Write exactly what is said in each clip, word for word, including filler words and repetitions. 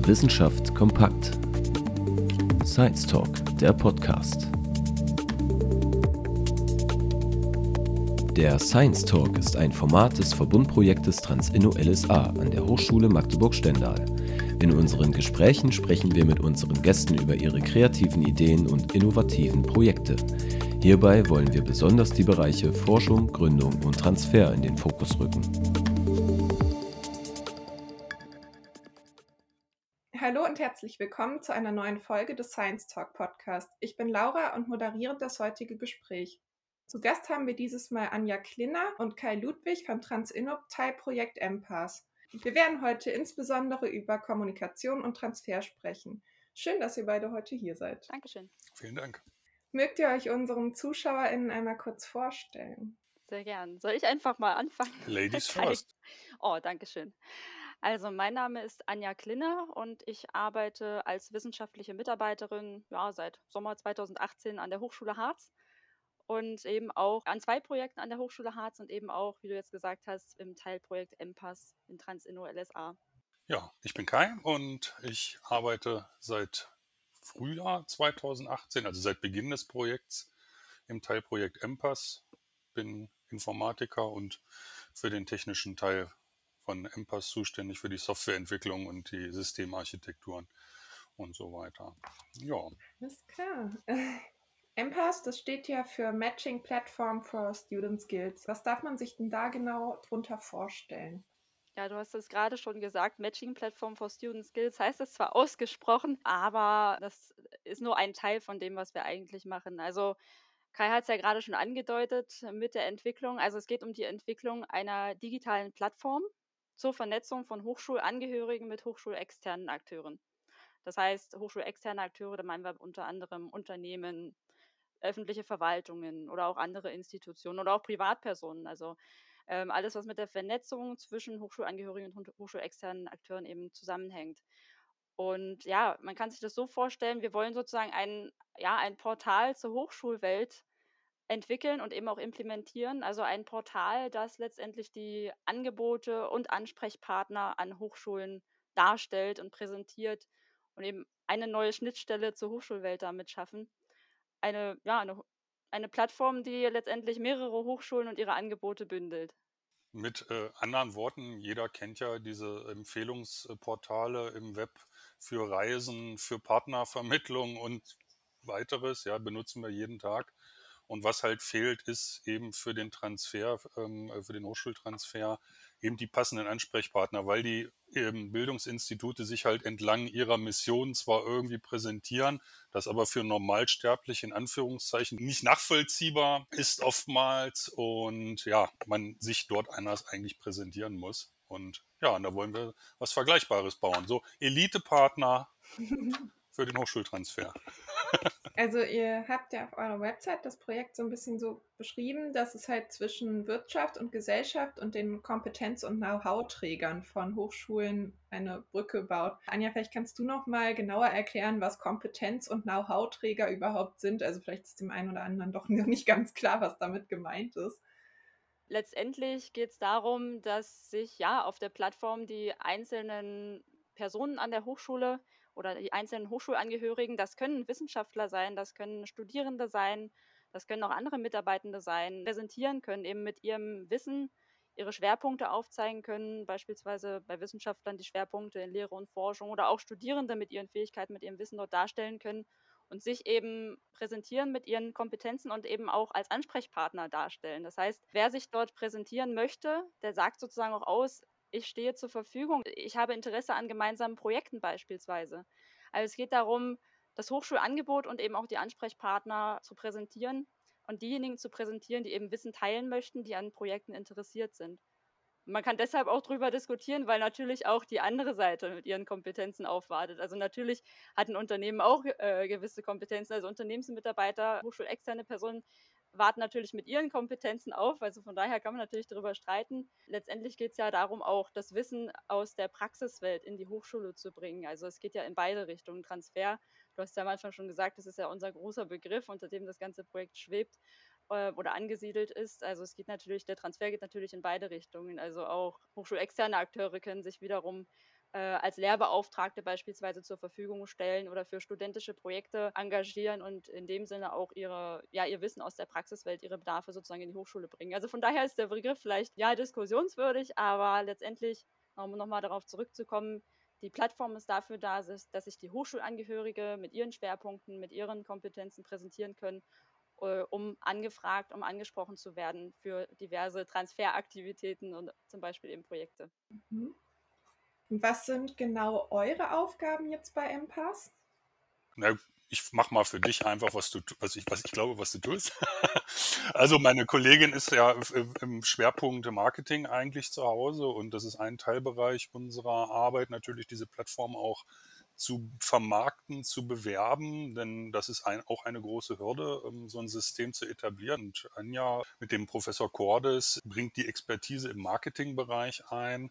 Wissenschaft kompakt. Science Talk, der Podcast. Der Science Talk ist ein Format des Verbundprojektes Transinno L S A an der Hochschule Magdeburg-Stendal. In unseren Gesprächen sprechen wir mit unseren Gästen über ihre kreativen Ideen und innovativen Projekte. Hierbei wollen wir besonders die Bereiche Forschung, Gründung und Transfer in den Fokus rücken. Hallo und herzlich willkommen zu einer neuen Folge des Science Talk Podcast. Ich bin Laura und moderiere das heutige Gespräch. Zu Gast haben wir dieses Mal Anja Klinner und Kai Ludwig vom Transinno-Teilprojekt M P A S. Wir werden heute insbesondere über Kommunikation und Transfer sprechen. Schön, dass ihr beide heute hier seid. Dankeschön. Vielen Dank. Mögt ihr euch unseren ZuschauerInnen einmal kurz vorstellen? Sehr gern. Soll ich einfach mal anfangen? Ladies Kai. first. Oh, danke schön. Also mein Name ist Anja Klinner und ich arbeite als wissenschaftliche Mitarbeiterin ja, seit Sommer zweitausendachtzehn an der Hochschule Harz und eben auch an zwei Projekten an der Hochschule Harz und eben auch, wie du jetzt gesagt hast, im Teilprojekt M P A S in Transinno L S A. Ja, ich bin Kai und ich arbeite seit Frühjahr zweitausendachtzehn, also seit Beginn des Projekts, im Teilprojekt M P A S. Bin Informatiker und für den technischen Teil von M P A S zuständig, für die Softwareentwicklung und die Systemarchitekturen und so weiter. Ja. Alles klar. M P A S, das steht ja für Matching Platform for Student Skills. Was darf man sich denn da genau drunter vorstellen? Ja, du hast es gerade schon gesagt, Matching Platform for Student Skills heißt es zwar ausgesprochen, aber das ist nur ein Teil von dem, was wir eigentlich machen. Also Kai hat es ja gerade schon angedeutet mit der Entwicklung. Also es geht um die Entwicklung einer digitalen Plattform zur Vernetzung von Hochschulangehörigen mit hochschulexternen Akteuren. Das heißt, hochschulexterne Akteure, da meinen wir unter anderem Unternehmen, öffentliche Verwaltungen oder auch andere Institutionen oder auch Privatpersonen. Also ähm, alles, was mit der Vernetzung zwischen Hochschulangehörigen und hochschulexternen Akteuren eben zusammenhängt. Und ja, man kann sich das so vorstellen, wir wollen sozusagen ein, ja, ein Portal zur Hochschulwelt entwickeln und eben auch implementieren. Also ein Portal, das letztendlich die Angebote und Ansprechpartner an Hochschulen darstellt und präsentiert und eben eine neue Schnittstelle zur Hochschulwelt damit schaffen. Eine, ja, eine, eine Plattform, die letztendlich mehrere Hochschulen und ihre Angebote bündelt. Mit äh, anderen Worten, jeder kennt ja diese Empfehlungsportale im Web für Reisen, für Partnervermittlung und weiteres, ja, benutzen wir jeden Tag. Und was halt fehlt, ist eben für den Transfer, ähm, für den Hochschultransfer eben die passenden Ansprechpartner, weil die ähm, Bildungsinstitute sich halt entlang ihrer Mission zwar irgendwie präsentieren, das aber für Normalsterbliche in Anführungszeichen nicht nachvollziehbar ist oftmals und ja, man sich dort anders eigentlich präsentieren muss. Und ja, und da wollen wir was Vergleichbares bauen. So Elite-Partner für den Hochschultransfer. Also ihr habt ja auf eurer Website das Projekt so ein bisschen so beschrieben, dass es halt zwischen Wirtschaft und Gesellschaft und den Kompetenz- und Know-how-Trägern von Hochschulen eine Brücke baut. Anja, vielleicht kannst du noch mal genauer erklären, was Kompetenz- und Know-how-Träger überhaupt sind. Also vielleicht ist dem einen oder anderen doch noch nicht ganz klar, was damit gemeint ist. Letztendlich geht es darum, dass sich ja auf der Plattform die einzelnen Personen an der Hochschule oder die einzelnen Hochschulangehörigen, das können Wissenschaftler sein, das können Studierende sein, das können auch andere Mitarbeitende sein, präsentieren können, eben mit ihrem Wissen ihre Schwerpunkte aufzeigen können, beispielsweise bei Wissenschaftlern die Schwerpunkte in Lehre und Forschung oder auch Studierende mit ihren Fähigkeiten, mit ihrem Wissen dort darstellen können und sich eben präsentieren mit ihren Kompetenzen und eben auch als Ansprechpartner darstellen. Das heißt, wer sich dort präsentieren möchte, der sagt sozusagen auch aus, ich stehe zur Verfügung, ich habe Interesse an gemeinsamen Projekten beispielsweise. Also es geht darum, das Hochschulangebot und eben auch die Ansprechpartner zu präsentieren und diejenigen zu präsentieren, die eben Wissen teilen möchten, die an Projekten interessiert sind. Man kann deshalb auch drüber diskutieren, weil natürlich auch die andere Seite mit ihren Kompetenzen aufwartet. Also natürlich hat ein Unternehmen auch äh, gewisse Kompetenzen. Also Unternehmensmitarbeiter, hochschulexterne Personen warten natürlich mit ihren Kompetenzen auf. Also von daher kann man natürlich darüber streiten. Letztendlich geht es ja darum, auch das Wissen aus der Praxiswelt in die Hochschule zu bringen. Also es geht ja in beide Richtungen. Transfer, du hast ja am Anfang schon gesagt, das ist ja unser großer Begriff, unter dem das ganze Projekt schwebt äh, oder angesiedelt ist. Also es geht natürlich, der Transfer geht natürlich in beide Richtungen. Also auch hochschulexterne Akteure können sich wiederum äh, als Lehrbeauftragte beispielsweise zur Verfügung stellen oder für studentische Projekte engagieren und in dem Sinne auch ihre, ja, ihr Wissen aus der Praxiswelt, ihre Bedarfe sozusagen in die Hochschule bringen. Also von daher ist der Begriff vielleicht ja diskussionswürdig, aber letztendlich, um nochmal darauf zurückzukommen, die Plattform ist dafür da, dass dass sich die Hochschulangehörige mit ihren Schwerpunkten, mit ihren Kompetenzen präsentieren können, äh, um angefragt, um angesprochen zu werden für diverse Transferaktivitäten und zum Beispiel eben Projekte. Mhm. Was sind genau eure Aufgaben jetzt bei M-Pass? Na, ich mach mal für dich einfach, was du, tu- was ich, was ich glaube, was du tust. Also meine Kollegin ist ja im im Schwerpunkt Marketing eigentlich zu Hause und das ist ein Teilbereich unserer Arbeit, natürlich diese Plattform auch zu vermarkten, zu bewerben, denn das ist ein, auch eine große Hürde, um so ein System zu etablieren. Und Anja mit dem Professor Cordes bringt die Expertise im Marketingbereich ein.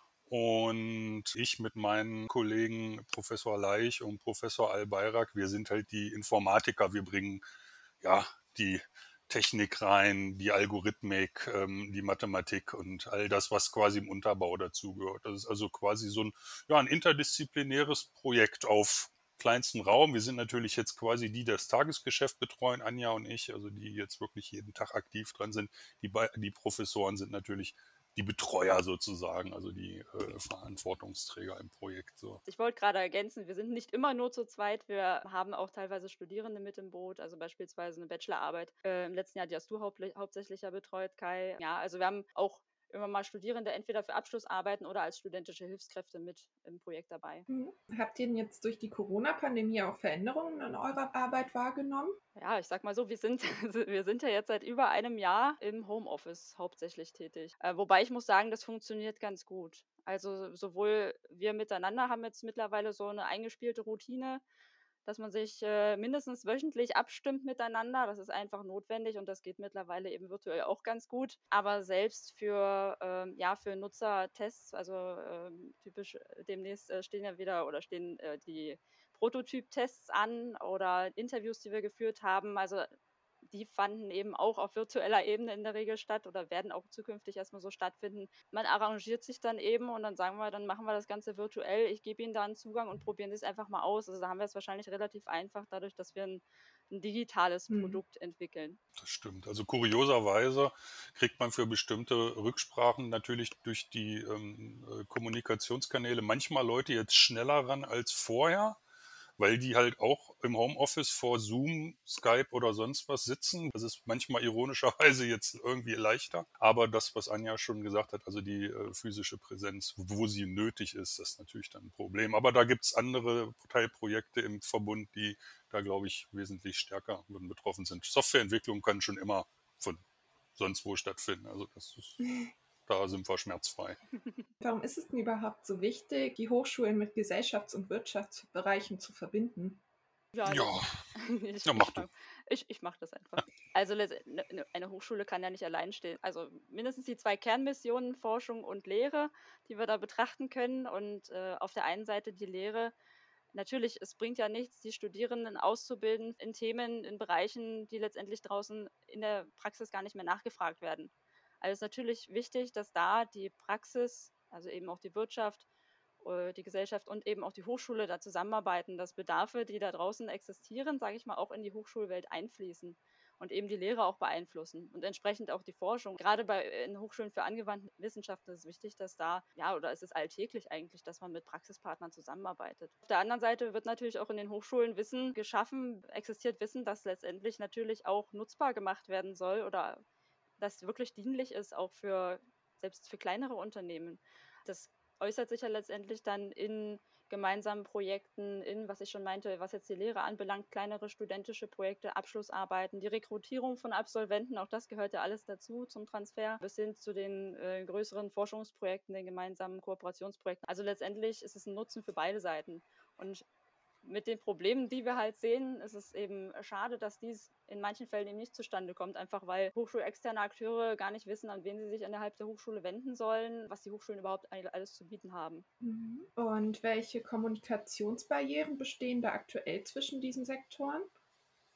Und ich mit meinen Kollegen Professor Leich und Professor Al-Bayrak, wir sind halt die Informatiker. Wir bringen ja die Technik rein, die Algorithmik, ähm, die Mathematik und all das, was quasi im Unterbau dazugehört. Das ist also quasi so ein, ja, ein interdisziplinäres Projekt auf kleinstem Raum. Wir sind natürlich jetzt quasi die, die das Tagesgeschäft betreuen, Anja und ich, also die jetzt wirklich jeden Tag aktiv dran sind. Die, Be- die Professoren sind natürlich die Betreuer sozusagen, also die äh, Verantwortungsträger im Projekt. So. Ich wollte gerade ergänzen, wir sind nicht immer nur zu zweit, wir haben auch teilweise Studierende mit im Boot, also beispielsweise eine Bachelorarbeit. Äh, Im letzten Jahr, die hast du haupt hauptsächlich ja betreut, Kai. Ja, also wir haben auch immer mal Studierende entweder für Abschlussarbeiten oder als studentische Hilfskräfte mit im Projekt dabei. Mhm. Habt ihr denn jetzt durch die Corona-Pandemie auch Veränderungen in eurer Arbeit wahrgenommen? Ja, ich sag mal so, wir sind, wir sind ja jetzt seit über einem Jahr im Homeoffice hauptsächlich tätig. Äh, wobei ich muss sagen, das funktioniert ganz gut. Also sowohl wir miteinander haben jetzt mittlerweile so eine eingespielte Routine, dass man sich äh, mindestens wöchentlich abstimmt miteinander. Das ist einfach notwendig und das geht mittlerweile eben virtuell auch ganz gut. Aber selbst für, ähm, ja, für Nutzertests, also ähm, typisch äh, demnächst äh, stehen ja wieder oder stehen äh, die Prototyp-Tests an oder Interviews, die wir geführt haben. Also die fanden eben auch auf virtueller Ebene in der Regel statt oder werden auch zukünftig erstmal so stattfinden. Man arrangiert sich dann eben und dann sagen wir, dann machen wir das Ganze virtuell. Ich gebe Ihnen da einen Zugang und probieren das einfach mal aus. Also da haben wir es wahrscheinlich relativ einfach, dadurch, dass wir ein, ein digitales Hm. Produkt entwickeln. Das stimmt. Also kurioserweise kriegt man für bestimmte Rücksprachen natürlich durch die ähm, äh, Kommunikationskanäle manchmal Leute jetzt schneller ran als vorher, weil die halt auch im Homeoffice vor Zoom, Skype oder sonst was sitzen. Das ist manchmal ironischerweise jetzt irgendwie leichter. Aber das, was Anja schon gesagt hat, also die äh, physische Präsenz, wo sie nötig ist, das ist natürlich dann ein Problem. Aber da gibt es andere Teilprojekte im Verbund, die da, glaube ich, wesentlich stärker betroffen sind. Softwareentwicklung kann schon immer von sonst wo stattfinden. Also das ist, da sind wir schmerzfrei. Warum ist es denn überhaupt so wichtig, die Hochschulen mit Gesellschafts- und Wirtschaftsbereichen zu verbinden? Ja, Ja, letzt- ich, ja, ich, mach du. fang- ich, ich mache das einfach. Also letzt- ne- ne- eine Hochschule kann ja nicht allein stehen. Also mindestens die zwei Kernmissionen, Forschung und Lehre, die wir da betrachten können. Und äh, auf der einen Seite die Lehre. Natürlich, es bringt ja nichts, die Studierenden auszubilden in Themen, in Bereichen, die letztendlich draußen in der Praxis gar nicht mehr nachgefragt werden. Also es ist natürlich wichtig, dass da die Praxis, also eben auch die Wirtschaft, äh, die Gesellschaft und eben auch die Hochschule da zusammenarbeiten, dass Bedarfe, die da draußen existieren, sage ich mal, auch in die Hochschulwelt einfließen und eben die Lehre auch beeinflussen und entsprechend auch die Forschung. Gerade bei in Hochschulen für angewandte Wissenschaften ist es wichtig, dass da, ja, oder es ist alltäglich eigentlich, dass man mit Praxispartnern zusammenarbeitet. Auf der anderen Seite wird natürlich auch in den Hochschulen Wissen geschaffen, existiert Wissen, das letztendlich natürlich auch nutzbar gemacht werden soll oder das wirklich dienlich ist, auch für selbst für kleinere Unternehmen. Das äußert sich ja letztendlich dann in gemeinsamen Projekten, in, was ich schon meinte, was jetzt die Lehre anbelangt, kleinere studentische Projekte, Abschlussarbeiten, die Rekrutierung von Absolventen, auch das gehört ja alles dazu zum Transfer, bis hin zu den äh, größeren Forschungsprojekten, den gemeinsamen Kooperationsprojekten. Also letztendlich ist es ein Nutzen für beide Seiten. Und mit den Problemen, die wir halt sehen, ist es eben schade, dass dies in manchen Fällen eben nicht zustande kommt, einfach weil hochschulexterne Akteure gar nicht wissen, an wen sie sich innerhalb der Hochschule wenden sollen, was die Hochschulen überhaupt alles zu bieten haben. Mhm. Und welche Kommunikationsbarrieren bestehen da aktuell zwischen diesen Sektoren?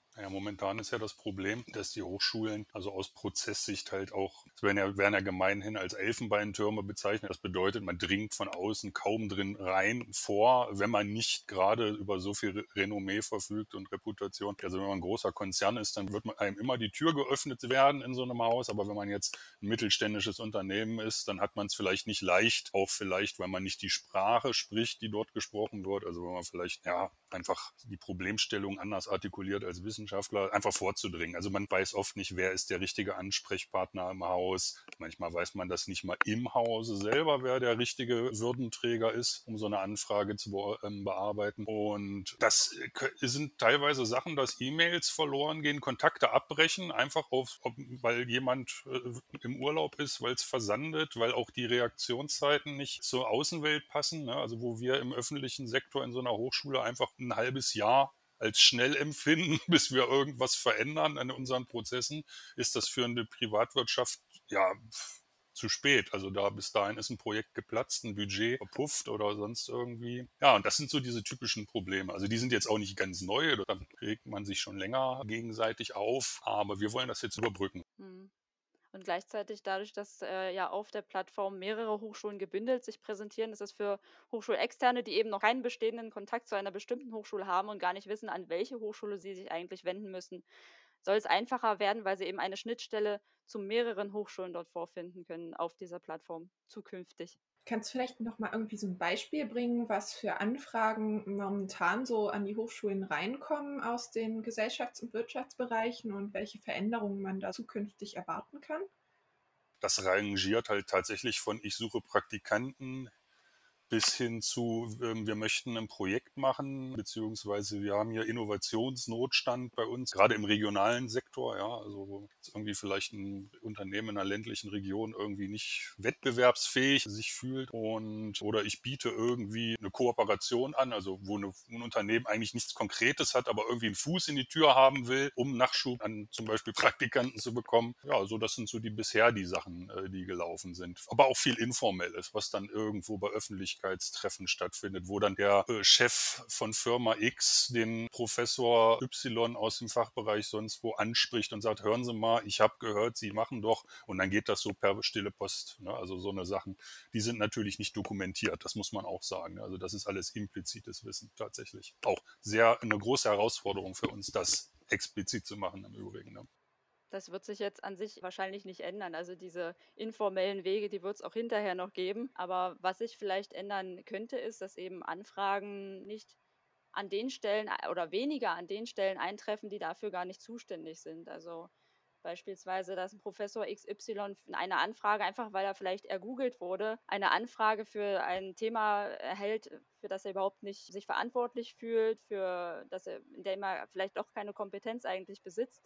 Ja, momentan ist ja das Problem, dass die Hochschulen, also aus Prozesssicht halt auch, es werden ja, werden ja gemeinhin als Elfenbeintürme bezeichnet. Das bedeutet, man dringt von außen kaum drin rein vor, wenn man nicht gerade über so viel Re- Renommee verfügt und Reputation. Also wenn man ein großer Konzern ist, dann wird man einem immer die Tür geöffnet werden in so einem Haus. Aber wenn man jetzt ein mittelständisches Unternehmen ist, dann hat man es vielleicht nicht leicht, auch vielleicht, weil man nicht die Sprache spricht, die dort gesprochen wird. Also wenn man vielleicht, ja, einfach die Problemstellung anders artikuliert als Wissenschaftler, einfach vorzudringen. Also man weiß oft nicht, wer ist der richtige Ansprechpartner im Haus. Manchmal weiß man das nicht mal im Hause selber, wer der richtige Würdenträger ist, um so eine Anfrage zu be ähm, bearbeiten. Und das äh, sind teilweise Sachen, dass E-Mails verloren gehen, Kontakte abbrechen, einfach auf, ob, weil jemand äh, im Urlaub ist, weil es versandet, weil auch die Reaktionszeiten nicht zur Außenwelt passen. Ne? Also wo wir im öffentlichen Sektor in so einer Hochschule einfach ein halbes Jahr als schnell empfinden, bis wir irgendwas verändern an unseren Prozessen, ist das für eine Privatwirtschaft ja zu spät. Also da bis dahin ist ein Projekt geplatzt, ein Budget verpufft oder sonst irgendwie. Ja, und das sind so diese typischen Probleme. Also die sind jetzt auch nicht ganz neu, da regt man sich schon länger gegenseitig auf, aber wir wollen das jetzt überbrücken. Mhm. Und gleichzeitig dadurch, dass äh, ja auf der Plattform mehrere Hochschulen gebündelt sich präsentieren, ist es für Hochschulexterne, die eben noch keinen bestehenden Kontakt zu einer bestimmten Hochschule haben und gar nicht wissen, an welche Hochschule sie sich eigentlich wenden müssen, soll es einfacher werden, weil sie eben eine Schnittstelle zu mehreren Hochschulen dort vorfinden können auf dieser Plattform zukünftig. Kannst du vielleicht noch mal irgendwie so ein Beispiel bringen, was für Anfragen momentan so an die Hochschulen reinkommen aus den Gesellschafts- und Wirtschaftsbereichen und welche Veränderungen man da zukünftig erwarten kann? Das rangiert halt tatsächlich von ich suche Praktikanten bis hin zu, ähm, wir möchten ein Projekt machen, beziehungsweise wir haben hier Innovationsnotstand bei uns, gerade im regionalen Sektor, ja, also wo jetzt irgendwie vielleicht ein Unternehmen in einer ländlichen Region irgendwie nicht wettbewerbsfähig sich fühlt und oder ich biete irgendwie eine Kooperation an, also wo eine, ein Unternehmen eigentlich nichts Konkretes hat, aber irgendwie einen Fuß in die Tür haben will, um Nachschub an zum Beispiel Praktikanten zu bekommen. Ja, so das sind so die bisher die Sachen, äh, die gelaufen sind. Aber auch viel Informelles, was dann irgendwo bei Öffentlichkeitstreffen stattfindet, wo dann der äh, Chef von Firma X den Professor Y aus dem Fachbereich sonst wo anspricht und sagt, hören Sie mal, ich habe gehört, Sie machen doch. Und dann geht das so per stille Post. Ne? Also so eine Sachen, die sind natürlich nicht dokumentiert, das muss man auch sagen. Also das ist alles implizites Wissen tatsächlich. Auch sehr eine große Herausforderung für uns, das explizit zu machen im Übrigen. Ne? Das wird sich jetzt an sich wahrscheinlich nicht ändern. Also diese informellen Wege, die wird es auch hinterher noch geben. Aber was sich vielleicht ändern könnte, ist, dass eben Anfragen nicht an den Stellen äh, oder weniger an den Stellen eintreffen, die dafür gar nicht zuständig sind. Also beispielsweise, dass ein Professor X Y eine Anfrage, einfach weil er vielleicht ergoogelt wurde, eine Anfrage für ein Thema erhält, für das er überhaupt nicht sich verantwortlich fühlt, für das er, in dem er vielleicht doch keine Kompetenz eigentlich besitzt.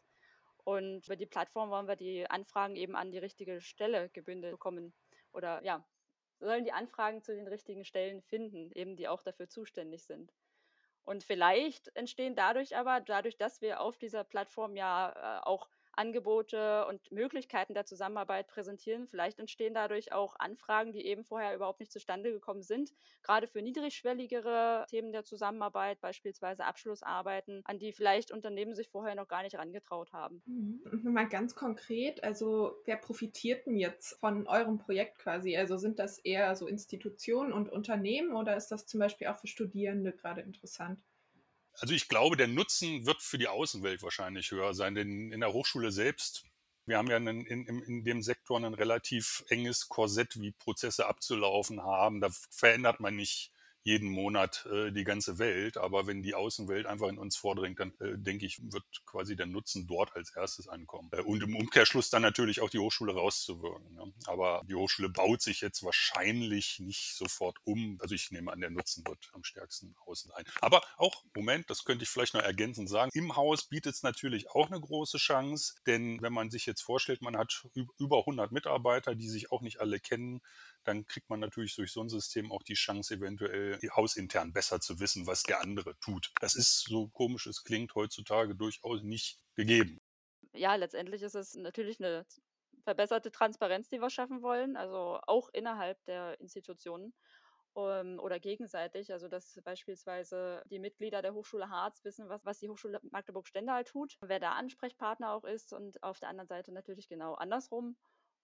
Und über die Plattform wollen wir die Anfragen eben an die richtige Stelle gebündelt bekommen. Oder ja, sollen die Anfragen zu den richtigen Stellen finden, eben die auch dafür zuständig sind. Und vielleicht entstehen dadurch aber, dadurch, dass wir auf dieser Plattform ja äh, auch Angebote und Möglichkeiten der Zusammenarbeit präsentieren, vielleicht entstehen dadurch auch Anfragen, die eben vorher überhaupt nicht zustande gekommen sind, gerade für niedrigschwelligere Themen der Zusammenarbeit, beispielsweise Abschlussarbeiten, an die vielleicht Unternehmen sich vorher noch gar nicht herangetraut haben. Mhm. Und mal ganz konkret, also wer profitiert denn jetzt von eurem Projekt quasi? Also sind das eher so Institutionen und Unternehmen oder ist das zum Beispiel auch für Studierende gerade interessant? Also ich glaube, der Nutzen wird für die Außenwelt wahrscheinlich höher sein, denn in der Hochschule selbst, wir haben ja einen, in, in, in dem Sektor ein relativ enges Korsett, wie Prozesse abzulaufen haben. Da verändert man nicht jeden Monat äh, die ganze Welt, aber wenn die Außenwelt einfach in uns vordringt, dann äh, denke ich, wird quasi der Nutzen dort als erstes ankommen. Äh, und im Umkehrschluss dann natürlich auch die Hochschule rauszuwirken. Ne? Aber die Hochschule baut sich jetzt wahrscheinlich nicht sofort um. Also ich nehme an, der Nutzen wird am stärksten außen sein. Aber auch, Moment, das könnte ich vielleicht noch ergänzend sagen, im Haus bietet es natürlich auch eine große Chance, denn wenn man sich jetzt vorstellt, man hat über hundert Mitarbeiter, die sich auch nicht alle kennen, dann kriegt man natürlich durch so ein System auch die Chance, eventuell hausintern besser zu wissen, was der andere tut. Das ist, so komisch es klingt, heutzutage durchaus nicht gegeben. Ja, letztendlich ist es natürlich eine verbesserte Transparenz, die wir schaffen wollen, also auch innerhalb der Institutionen. ähm, oder gegenseitig. Also dass beispielsweise die Mitglieder der Hochschule Harz wissen, was, was die Hochschule Magdeburg-Stendal tut, wer der Ansprechpartner auch ist und auf der anderen Seite natürlich genau andersrum.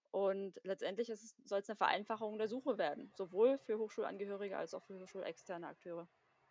Und letztendlich soll es eine Vereinfachung der Suche werden, sowohl für Hochschulangehörige als auch für hochschulexterne Akteure.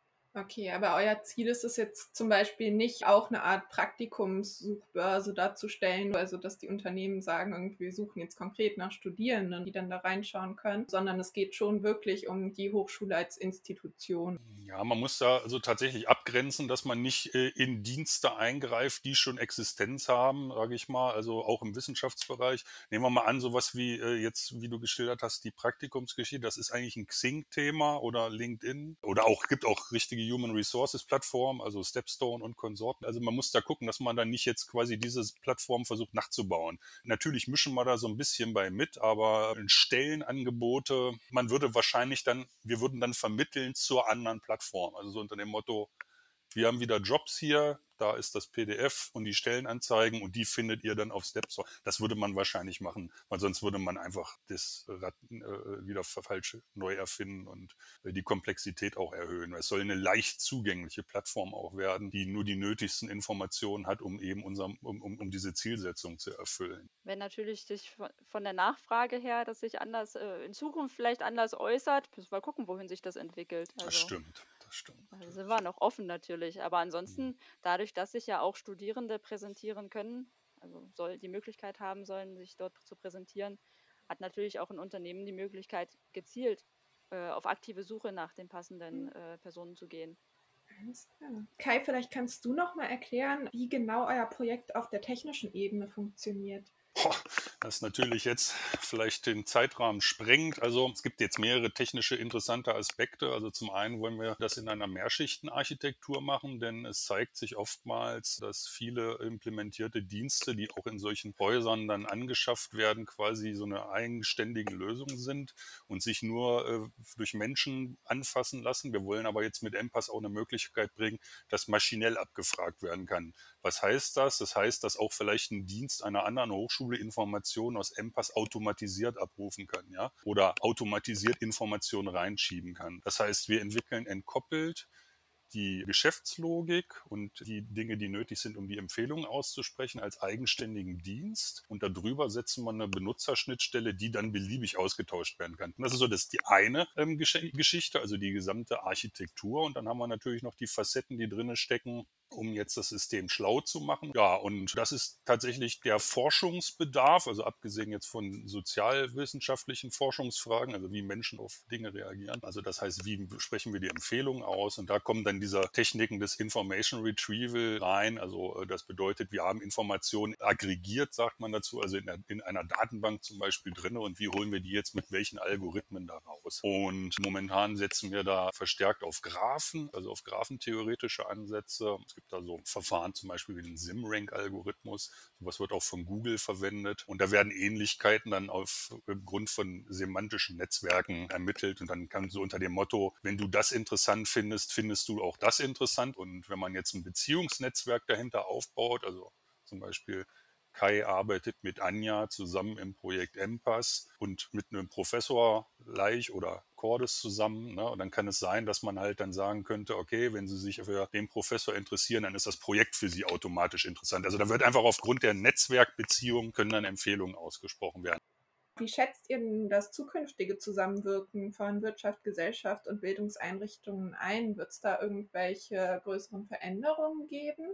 Okay, aber euer Ziel ist es jetzt zum Beispiel nicht, auch eine Art Praktikumssuchbörse darzustellen, also dass die Unternehmen sagen, irgendwie wir suchen jetzt konkret nach Studierenden, die dann da reinschauen können, sondern es geht schon wirklich um die Hochschule als Institution. Ja, man muss da also tatsächlich abgrenzen, dass man nicht äh, in Dienste eingreift, die schon Existenz haben, sage ich mal, also auch im Wissenschaftsbereich. Nehmen wir mal an, sowas wie äh, jetzt, wie du geschildert hast, die Praktikumsgeschichte, das ist eigentlich ein Xing-Thema oder LinkedIn oder auch gibt auch richtige Human Resources Plattformen, also Stepstone und Konsorten. Also man muss da gucken, dass man dann nicht jetzt quasi diese Plattform versucht nachzubauen. Natürlich mischen wir da so ein bisschen bei mit, aber Stellenangebote, man würde wahrscheinlich dann, wir würden dann vermitteln zur anderen Plattform. Also so unter dem Motto, wir haben wieder Jobs hier, da ist das P D F und die Stellenanzeigen und die findet ihr dann auf Stepstone. Das würde man wahrscheinlich machen, weil sonst würde man einfach das Rad äh, wieder falsch neu erfinden und äh, die Komplexität auch erhöhen. Es soll eine leicht zugängliche Plattform auch werden, die nur die nötigsten Informationen hat, um eben unserem, um, um, um diese Zielsetzung zu erfüllen. Wenn natürlich sich von der Nachfrage her, dass sich anders äh, in Zukunft vielleicht anders äußert, müssen wir gucken, wohin sich das entwickelt. Also, das stimmt, das stimmt. Da sind wir noch offen natürlich. Aber ansonsten, dadurch, dass sich ja auch Studierende präsentieren können, also soll die Möglichkeit haben sollen, sich dort zu präsentieren, hat natürlich auch ein Unternehmen die Möglichkeit, gezielt äh, auf aktive Suche nach den passenden äh, Personen zu gehen. Alles klar. Kai, vielleicht kannst du noch mal erklären, wie genau euer Projekt auf der technischen Ebene funktioniert. Boah, das natürlich jetzt vielleicht den Zeitrahmen sprengt. Also es gibt jetzt mehrere technische interessante Aspekte. Also zum einen wollen wir das in einer Mehrschichtenarchitektur machen, denn es zeigt sich oftmals, dass viele implementierte Dienste, die auch in solchen Häusern dann angeschafft werden, quasi so eine eigenständige Lösung sind und sich nur äh, durch Menschen anfassen lassen. Wir wollen aber jetzt mit M P A S auch eine Möglichkeit bringen, dass maschinell abgefragt werden kann. Was heißt das? Das heißt, dass auch vielleicht ein Dienst einer anderen Hochschule Informationen aus M P A S automatisiert abrufen kann, ja, oder automatisiert Informationen reinschieben kann. Das heißt, wir entwickeln entkoppelt die Geschäftslogik und die Dinge, die nötig sind, um die Empfehlungen auszusprechen, als eigenständigen Dienst. Und darüber setzen wir eine Benutzerschnittstelle, die dann beliebig ausgetauscht werden kann. Und das ist so das ist die eine ähm, Gesch- Geschichte, also die gesamte Architektur. Und dann haben wir natürlich noch die Facetten, die drin stecken, um jetzt das System schlau zu machen. Ja, und das ist tatsächlich der Forschungsbedarf, also abgesehen jetzt von sozialwissenschaftlichen Forschungsfragen, also wie Menschen auf Dinge reagieren. Also das heißt, wie sprechen wir die Empfehlungen aus? Und da kommen dann diese Techniken des Information Retrieval rein. Also das bedeutet, wir haben Informationen aggregiert, sagt man dazu, also in, der, in einer Datenbank zum Beispiel drin. Und wie holen wir die jetzt mit welchen Algorithmen da raus? Und momentan setzen wir da verstärkt auf Graphen, also auf graphentheoretische Ansätze. Es gibt da so Verfahren zum Beispiel wie den SIMRank-Algorithmus. Sowas wird auch von Google verwendet. Und da werden Ähnlichkeiten dann aufgrund von semantischen Netzwerken ermittelt. Und dann kann so unter dem Motto, wenn du das interessant findest, findest du auch das interessant. Und wenn man jetzt ein Beziehungsnetzwerk dahinter aufbaut, also zum Beispiel Kai arbeitet mit Anja zusammen im Projekt M P A S und mit einem Professor Leich oder Cordes zusammen. Ne? Und dann kann es sein, dass man halt dann sagen könnte, okay, wenn Sie sich für den Professor interessieren, dann ist das Projekt für Sie automatisch interessant. Also da wird einfach aufgrund der Netzwerkbeziehung können dann Empfehlungen ausgesprochen werden. Wie schätzt ihr denn das zukünftige Zusammenwirken von Wirtschaft, Gesellschaft und Bildungseinrichtungen ein? Wird es da irgendwelche größeren Veränderungen geben?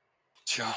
Tja,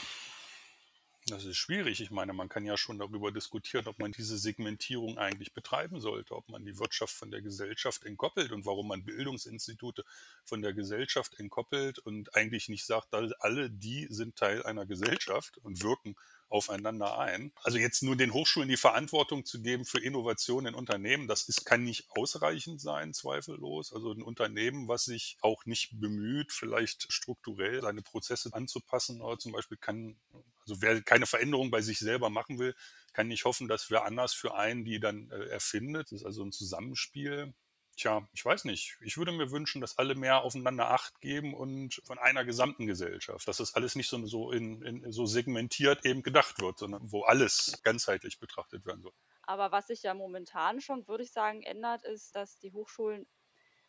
das ist schwierig. Ich meine, man kann ja schon darüber diskutieren, ob man diese Segmentierung eigentlich betreiben sollte, ob man die Wirtschaft von der Gesellschaft entkoppelt und warum man Bildungsinstitute von der Gesellschaft entkoppelt und eigentlich nicht sagt, alle die sind Teil einer Gesellschaft und wirken aufeinander ein. Also jetzt nur den Hochschulen die Verantwortung zu geben für Innovation in Unternehmen, das ist, kann nicht ausreichend sein, zweifellos. Also ein Unternehmen, was sich auch nicht bemüht, vielleicht strukturell seine Prozesse anzupassen oder zum Beispiel kann, also wer keine Veränderung bei sich selber machen will, kann nicht hoffen, dass wer anders für einen die dann äh, erfindet. Das ist also ein Zusammenspiel. Tja, ich weiß nicht. Ich würde mir wünschen, dass alle mehr aufeinander Acht geben und von einer gesamten Gesellschaft, dass das alles nicht so, so, in, in, so segmentiert eben gedacht wird, sondern wo alles ganzheitlich betrachtet werden soll. Aber was sich ja momentan schon, würde ich sagen, ändert, ist, dass die Hochschulen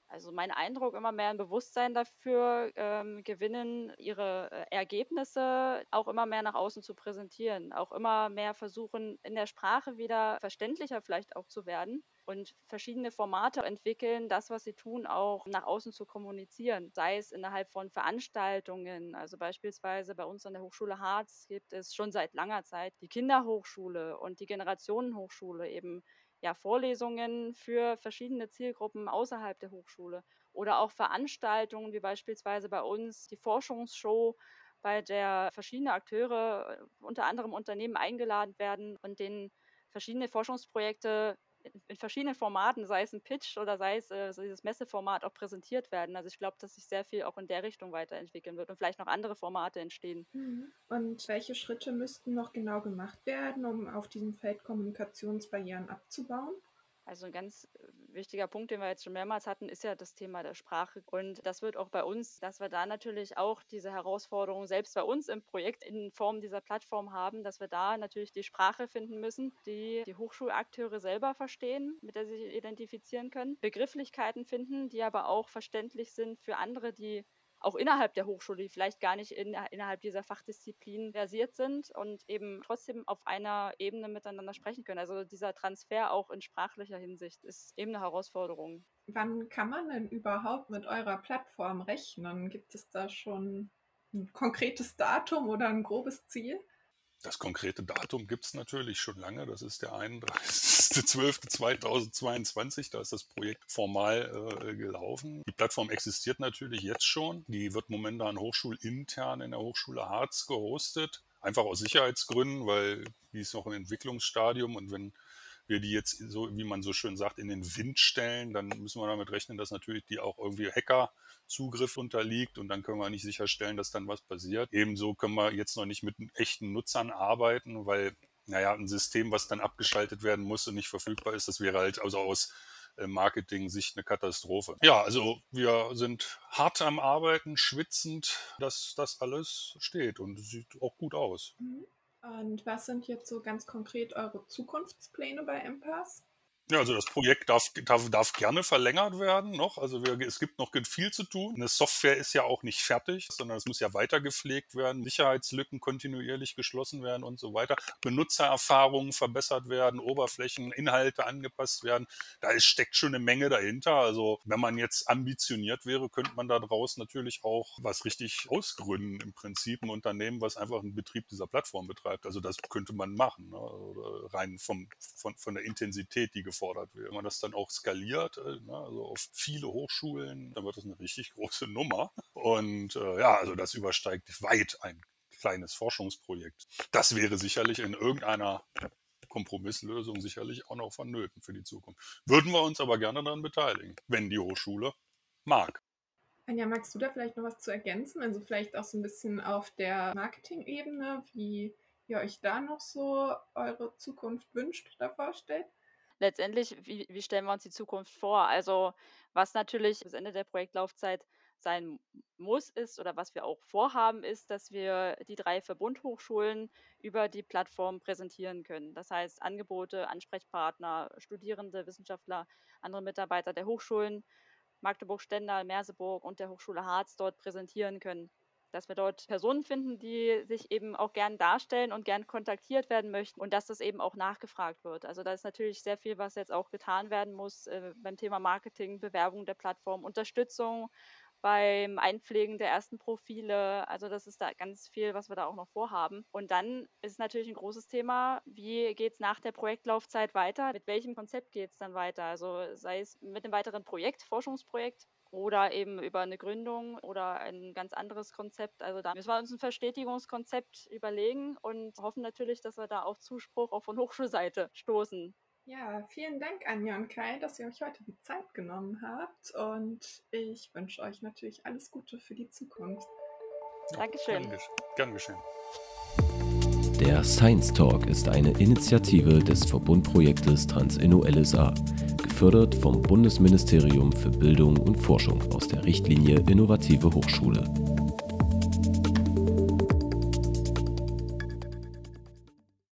Also mein Eindruck, immer mehr ein Bewusstsein dafür ähm, gewinnen, ihre äh, Ergebnisse auch immer mehr nach außen zu präsentieren, auch immer mehr versuchen, in der Sprache wieder verständlicher vielleicht auch zu werden und verschiedene Formate entwickeln, das, was sie tun, auch nach außen zu kommunizieren, sei es innerhalb von Veranstaltungen. Also beispielsweise bei uns an der Hochschule Harz gibt es schon seit langer Zeit die Kinderhochschule und die Generationenhochschule, eben ja, Vorlesungen für verschiedene Zielgruppen außerhalb der Hochschule oder auch Veranstaltungen wie beispielsweise bei uns die Forschungsshow, bei der verschiedene Akteure, äh, unter anderem Unternehmen, eingeladen werden und denen verschiedene Forschungsprojekte in, in verschiedenen Formaten, sei es ein Pitch oder sei es äh, so dieses Messeformat, auch präsentiert werden. Also ich glaube, dass sich sehr viel auch in der Richtung weiterentwickeln wird und vielleicht noch andere Formate entstehen. Mhm. Und welche Schritte müssten noch genau gemacht werden, um auf diesem Feld Kommunikationsbarrieren abzubauen? Also ein ganz äh, wichtiger Punkt, den wir jetzt schon mehrmals hatten, ist ja das Thema der Sprache. Und das wird auch bei uns, dass wir da natürlich auch diese Herausforderung selbst bei uns im Projekt in Form dieser Plattform haben, dass wir da natürlich die Sprache finden müssen, die die Hochschulakteure selber verstehen, mit der sie sich identifizieren können. Begrifflichkeiten finden, die aber auch verständlich sind für andere, die auch innerhalb der Hochschule, die vielleicht gar nicht in, innerhalb dieser Fachdisziplin versiert sind und eben trotzdem auf einer Ebene miteinander sprechen können. Also dieser Transfer auch in sprachlicher Hinsicht ist eben eine Herausforderung. Wann kann man denn überhaupt mit eurer Plattform rechnen? Gibt es da schon ein konkretes Datum oder ein grobes Ziel? Das konkrete Datum gibt es natürlich schon lange. Das ist der einunddreißigster zwölfter zweitausendzweiundzwanzig. Da ist das Projekt formal äh, gelaufen. Die Plattform existiert natürlich jetzt schon. Die wird momentan hochschulintern in der Hochschule Harz gehostet. Einfach aus Sicherheitsgründen, weil die ist noch im Entwicklungsstadium. Und wenn wir die jetzt, so wie man so schön sagt, in den Wind stellen, dann müssen wir damit rechnen, dass natürlich die auch irgendwie Hackerzugriff unterliegt und dann können wir nicht sicherstellen, dass dann was passiert. Ebenso können wir jetzt noch nicht mit echten Nutzern arbeiten, weil, naja, ein System, was dann abgeschaltet werden muss und nicht verfügbar ist, das wäre halt also aus Marketing-Sicht eine Katastrophe. Ja, also wir sind hart am Arbeiten, schwitzend, dass das alles steht und es sieht auch gut aus. Mhm. Und was sind jetzt so ganz konkret eure Zukunftspläne bei Empass? Ja, also das Projekt darf, darf, darf gerne verlängert werden noch. Also wir, es gibt noch viel zu tun. Eine Software ist ja auch nicht fertig, sondern es muss ja weiter gepflegt werden, Sicherheitslücken kontinuierlich geschlossen werden und so weiter. Benutzererfahrungen verbessert werden, Oberflächen, Inhalte angepasst werden. Da ist, steckt schon eine Menge dahinter. Also wenn man jetzt ambitioniert wäre, könnte man daraus natürlich auch was richtig ausgründen. Im Prinzip ein Unternehmen, was einfach einen Betrieb dieser Plattform betreibt. Also das könnte man machen, ne? Also rein vom, von, von der Intensität, die gefordert wird. Wenn man das dann auch skaliert, ne, also auf viele Hochschulen, dann wird das eine richtig große Nummer. Und äh, ja, also das übersteigt weit ein kleines Forschungsprojekt. Das wäre sicherlich in irgendeiner Kompromisslösung sicherlich auch noch vonnöten für die Zukunft. Würden wir uns aber gerne daran beteiligen, wenn die Hochschule mag. Anja, magst du da vielleicht noch was zu ergänzen? Also vielleicht auch so ein bisschen auf der Marketing-Ebene, wie ihr euch da noch so eure Zukunft wünscht oder vorstellt? Letztendlich, wie, wie stellen wir uns die Zukunft vor? Also was natürlich bis Ende der Projektlaufzeit sein muss, ist oder was wir auch vorhaben, ist, dass wir die drei Verbundhochschulen über die Plattform präsentieren können. Das heißt, Angebote, Ansprechpartner, Studierende, Wissenschaftler, andere Mitarbeiter der Hochschulen Magdeburg, Stendal, Merseburg und der Hochschule Harz dort präsentieren können. Dass wir dort Personen finden, die sich eben auch gern darstellen und gern kontaktiert werden möchten und dass das eben auch nachgefragt wird. Also da ist natürlich sehr viel, was jetzt auch getan werden muss äh, beim Thema Marketing, Bewerbung der Plattform, Unterstützung beim Einpflegen der ersten Profile. Also das ist da ganz viel, was wir da auch noch vorhaben. Und dann ist natürlich ein großes Thema, wie geht es nach der Projektlaufzeit weiter? Mit welchem Konzept geht es dann weiter? Also sei es mit einem weiteren Projekt, Forschungsprojekt, oder eben über eine Gründung oder ein ganz anderes Konzept. Also da müssen wir uns ein Verstetigungskonzept überlegen und hoffen natürlich, dass wir da auf Zuspruch auch von Hochschulseite stoßen. Ja, vielen Dank, Anja und Kai, dass ihr euch heute die Zeit genommen habt und ich wünsche euch natürlich alles Gute für die Zukunft. Ja, Dankeschön. Gern, gern geschehen. Der Science Talk ist eine Initiative des Verbundprojektes TransInno L S A, gefördert vom Bundesministerium für Bildung und Forschung aus der Richtlinie Innovative Hochschule.